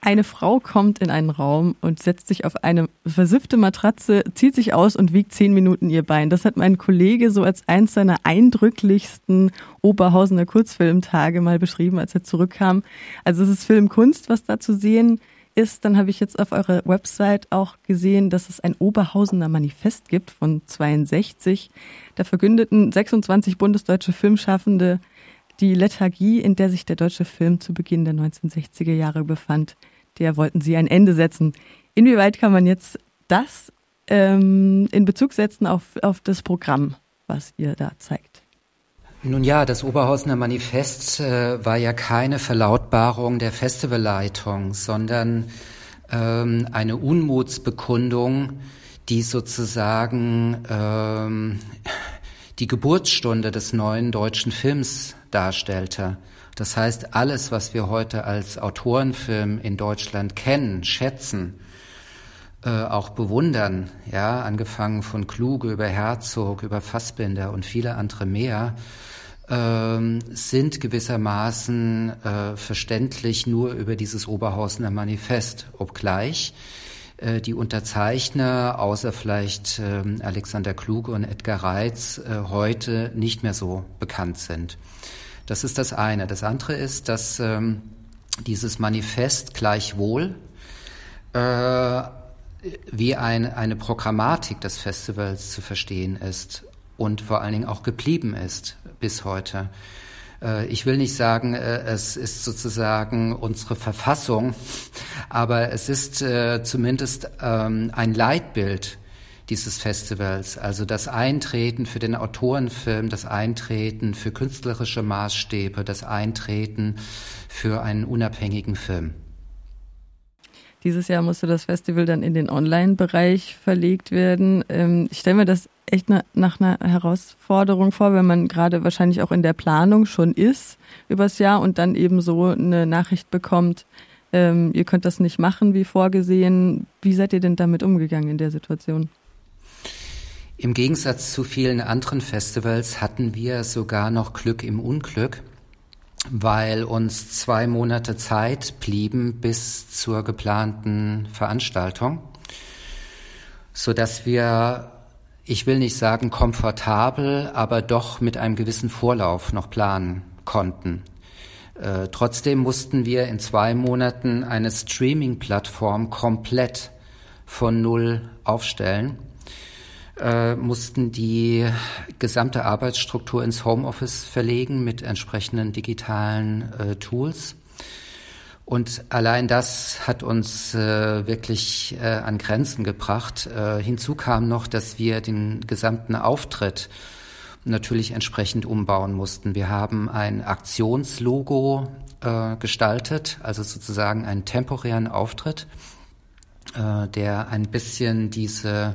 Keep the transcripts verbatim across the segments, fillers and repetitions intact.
Eine Frau kommt in einen Raum und setzt sich auf eine versiffte Matratze, zieht sich aus und wiegt zehn Minuten ihr Bein. Das hat mein Kollege so als eins seiner eindrücklichsten Oberhausener Kurzfilmtage mal beschrieben, als er zurückkam. Also es ist Filmkunst, was da zu sehen ist. Dann habe ich jetzt auf eurer Website auch gesehen, dass es ein Oberhausener Manifest gibt von zweiundsechzig. Da verkündeten sechsundzwanzig bundesdeutsche Filmschaffende die Lethargie, in der sich der deutsche Film zu Beginn der neunzehnhundertsechziger Jahre befand. Der wollten sie ein Ende setzen. Inwieweit kann man jetzt das ähm, in Bezug setzen auf, auf das Programm, was ihr da zeigt? Nun ja, das Oberhausener Manifest äh, war ja keine Verlautbarung der Festivalleitung, sondern ähm, eine Unmutsbekundung, die sozusagen ähm, die Geburtsstunde des neuen deutschen Films darstellte. Das heißt, alles, was wir heute als Autorenfilm in Deutschland kennen, schätzen, äh, auch bewundern, ja, angefangen von Kluge über Herzog, über Fassbinder und viele andere mehr, äh, sind gewissermaßen äh, verständlich nur über dieses Oberhausener Manifest, obgleich äh, die Unterzeichner, außer vielleicht äh, Alexander Kluge und Edgar Reitz, äh, heute nicht mehr so bekannt sind. Das ist das eine. Das andere ist, dass ähm, dieses Manifest gleichwohl äh, wie ein, eine Programmatik des Festivals zu verstehen ist und vor allen Dingen auch geblieben ist bis heute. Äh, ich will nicht sagen, äh, es ist sozusagen unsere Verfassung, aber es ist äh, zumindest ähm, ein Leitbild dieses Festivals, also das Eintreten für den Autorenfilm, das Eintreten für künstlerische Maßstäbe, das Eintreten für einen unabhängigen Film. Dieses Jahr musste das Festival dann in den Online-Bereich verlegt werden. Ich stelle mir das echt nach einer Herausforderung vor, wenn man gerade wahrscheinlich auch in der Planung schon ist übers Jahr und dann eben so eine Nachricht bekommt, ihr könnt das nicht machen wie vorgesehen. Wie seid ihr denn damit umgegangen in der Situation? Im Gegensatz zu vielen anderen Festivals hatten wir sogar noch Glück im Unglück, weil uns zwei Monate Zeit blieben bis zur geplanten Veranstaltung, sodass wir, ich will nicht sagen komfortabel, aber doch mit einem gewissen Vorlauf noch planen konnten. Äh, trotzdem mussten wir in zwei Monaten eine Streaming-Plattform komplett von Null aufstellen. Äh, mussten die gesamte Arbeitsstruktur ins Homeoffice verlegen mit entsprechenden digitalen äh, Tools. Und allein das hat uns äh, wirklich äh, an Grenzen gebracht. Äh, hinzu kam noch, dass wir den gesamten Auftritt natürlich entsprechend umbauen mussten. Wir haben ein Aktionslogo äh, gestaltet, also sozusagen einen temporären Auftritt, äh, der ein bisschen diese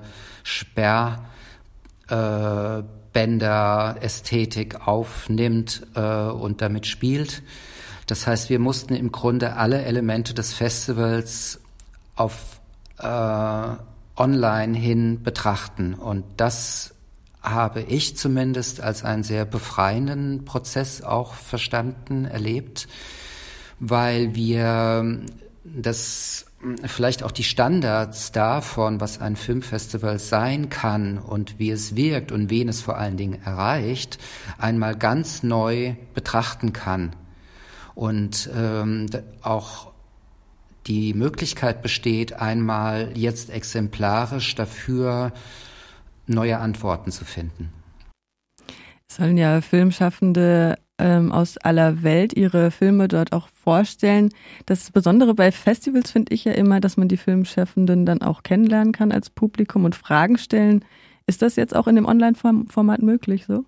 Sperrbänder-Ästhetik äh, aufnimmt äh, und damit spielt. Das heißt, wir mussten im Grunde alle Elemente des Festivals auf äh, online hin betrachten. Und das habe ich zumindest als einen sehr befreienden Prozess auch verstanden, erlebt, weil wir das vielleicht auch die Standards davon, was ein Filmfestival sein kann und wie es wirkt und wen es vor allen Dingen erreicht, einmal ganz neu betrachten kann. Und ähm, auch die Möglichkeit besteht, einmal jetzt exemplarisch dafür neue Antworten zu finden. Es sollen ja Filmschaffende ähm, aus aller Welt ihre Filme dort auch vorstellen. Das Besondere bei Festivals finde ich ja immer, dass man die Filmschaffenden dann auch kennenlernen kann als Publikum und Fragen stellen. Ist das jetzt auch in dem Online-Format möglich so?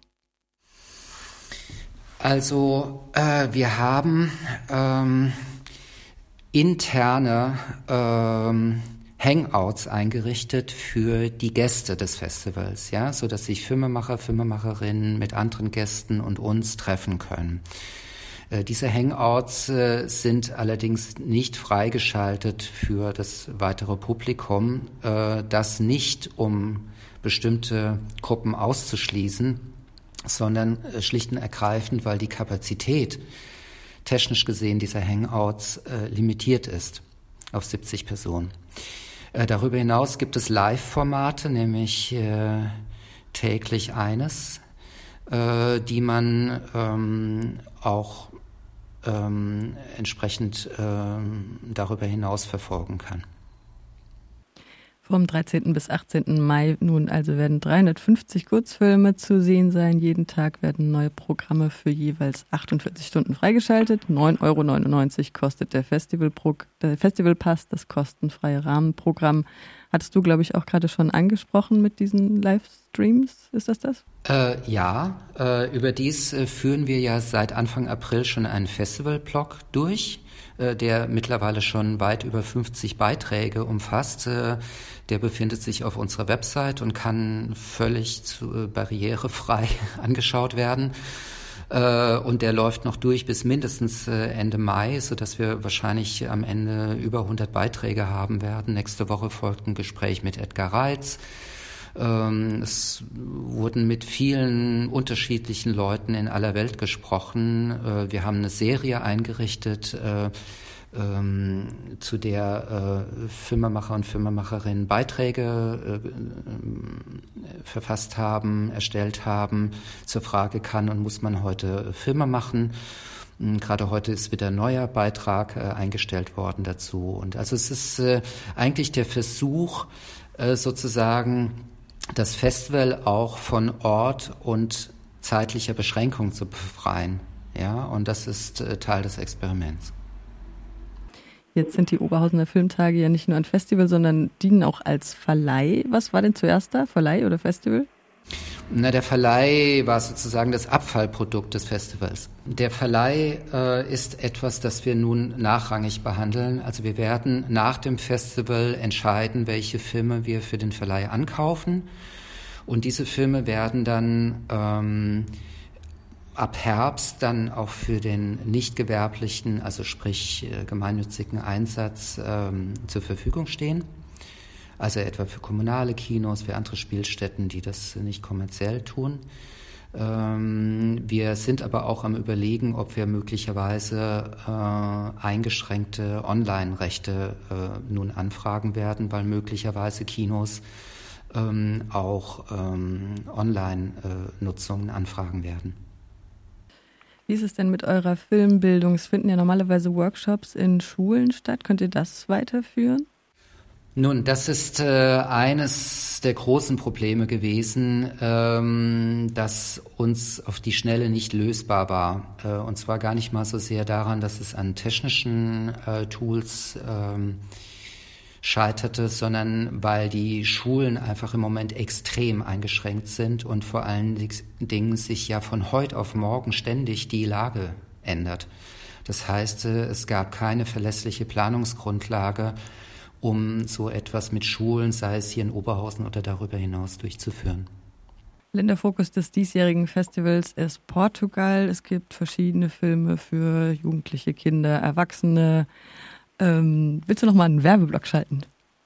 Also äh, wir haben ähm, interne ähm, Hangouts eingerichtet für die Gäste des Festivals, ja, so dass sich Filmemacher, Filmemacherinnen mit anderen Gästen und uns treffen können. Äh, diese Hangouts äh, sind allerdings nicht freigeschaltet für das weitere Publikum, äh, das nicht, um bestimmte Gruppen auszuschließen, sondern äh, schlicht und ergreifend, weil die Kapazität technisch gesehen dieser Hangouts äh, limitiert ist. auf siebzig Personen. Äh, darüber hinaus gibt es Live-Formate, nämlich äh, täglich eines, äh, die man ähm, auch ähm, entsprechend ähm, darüber hinaus verfolgen kann. Vom dreizehnten bis achtzehnten Mai nun also werden dreihundertfünfzig Kurzfilme zu sehen sein. Jeden Tag werden neue Programme für jeweils achtundvierzig Stunden freigeschaltet. neun Euro neunundneunzig kostet der, Festivalpro- der Festivalpass, das kostenfreie Rahmenprogramm. Hattest du, glaube ich, auch gerade schon angesprochen mit diesen Livestreams. Ist das das? Äh, ja, äh, überdies äh, führen wir ja seit Anfang April schon einen Festivalblog durch, äh, der mittlerweile schon weit über fünfzig Beiträge umfasst. Äh, der befindet sich auf unserer Website und kann völlig zu, äh, barrierefrei angeschaut werden. Äh, und der läuft noch durch bis mindestens äh, Ende Mai, sodass wir wahrscheinlich am Ende über hundert Beiträge haben werden. Nächste Woche folgt ein Gespräch mit Edgar Reitz. Ähm, es wurden mit vielen unterschiedlichen Leuten in aller Welt gesprochen. Äh, wir haben eine Serie eingerichtet, äh, ähm, zu der äh, Filmemacher und Filmemacherinnen Beiträge äh, verfasst haben, erstellt haben, zur Frage, kann und muss man heute Filme machen. Gerade heute ist wieder ein neuer Beitrag äh, eingestellt worden dazu. Und also es ist äh, eigentlich der Versuch, äh, sozusagen das Festival auch von Ort und zeitlicher Beschränkung zu befreien. Ja, und das ist äh, Teil des Experiments. Jetzt sind die Oberhausener Filmtage ja nicht nur ein Festival, sondern dienen auch als Verleih. Was war denn zuerst da? Verleih oder Festival? Na, der Verleih war sozusagen das Abfallprodukt des Festivals. Der Verleih äh, ist etwas, das wir nun nachrangig behandeln. Also wir werden nach dem Festival entscheiden, welche Filme wir für den Verleih ankaufen. Und diese Filme werden dann ähm, ab Herbst dann auch für den nicht gewerblichen, also sprich äh, gemeinnützigen Einsatz ähm, zur Verfügung stehen. Also etwa für kommunale Kinos, für andere Spielstätten, die das nicht kommerziell tun. Ähm, wir sind aber auch am Überlegen, ob wir möglicherweise äh, eingeschränkte Online-Rechte äh, nun anfragen werden, weil möglicherweise Kinos ähm, auch ähm, Online-Nutzungen anfragen werden. Wie ist es denn mit eurer Filmbildung? Es finden ja normalerweise Workshops in Schulen statt. Könnt ihr das weiterführen? Nun, das ist äh, eines der großen Probleme gewesen, ähm, das uns auf die Schnelle nicht lösbar war. Äh, und zwar gar nicht mal so sehr daran, dass es an technischen äh, Tools ähm, scheiterte, sondern weil die Schulen einfach im Moment extrem eingeschränkt sind und vor allen Dingen sich ja von heute auf morgen ständig die Lage ändert. Das heißt, es gab keine verlässliche Planungsgrundlage, um so etwas mit Schulen, sei es hier in Oberhausen oder darüber hinaus, durchzuführen. Länderfokus des diesjährigen Festivals ist Portugal. Es gibt verschiedene Filme für Jugendliche, Kinder, Erwachsene. Ähm, willst du noch mal einen Werbeblock schalten?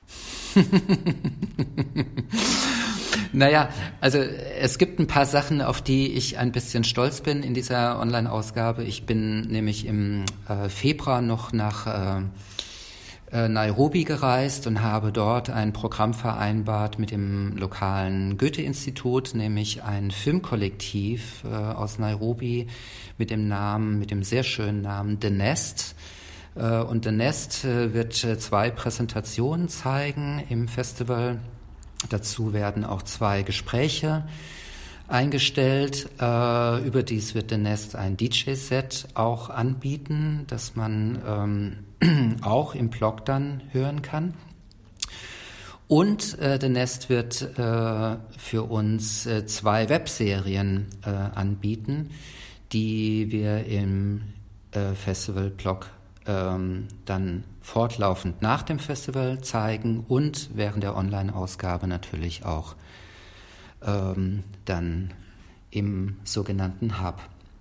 Naja, also es gibt ein paar Sachen, auf die ich ein bisschen stolz bin in dieser Online-Ausgabe. Ich bin nämlich im äh, Februar noch nach äh, Nairobi gereist und habe dort ein Programm vereinbart mit dem lokalen Goethe-Institut, nämlich ein Filmkollektiv äh, aus Nairobi mit dem Namen, mit dem sehr schönen Namen The Nest. Äh, und The Nest äh, wird äh, zwei Präsentationen zeigen im Festival. Dazu werden auch zwei Gespräche eingestellt. Äh, überdies wird The Nest ein D J-Set auch anbieten, das man ähm, auch im Blog dann hören kann. Und äh, The Nest wird äh, für uns äh, zwei Webserien äh, anbieten, die wir im äh, Festival-Blog ähm, dann fortlaufend nach dem Festival zeigen und während der Online-Ausgabe natürlich auch ähm, dann im sogenannten Hub.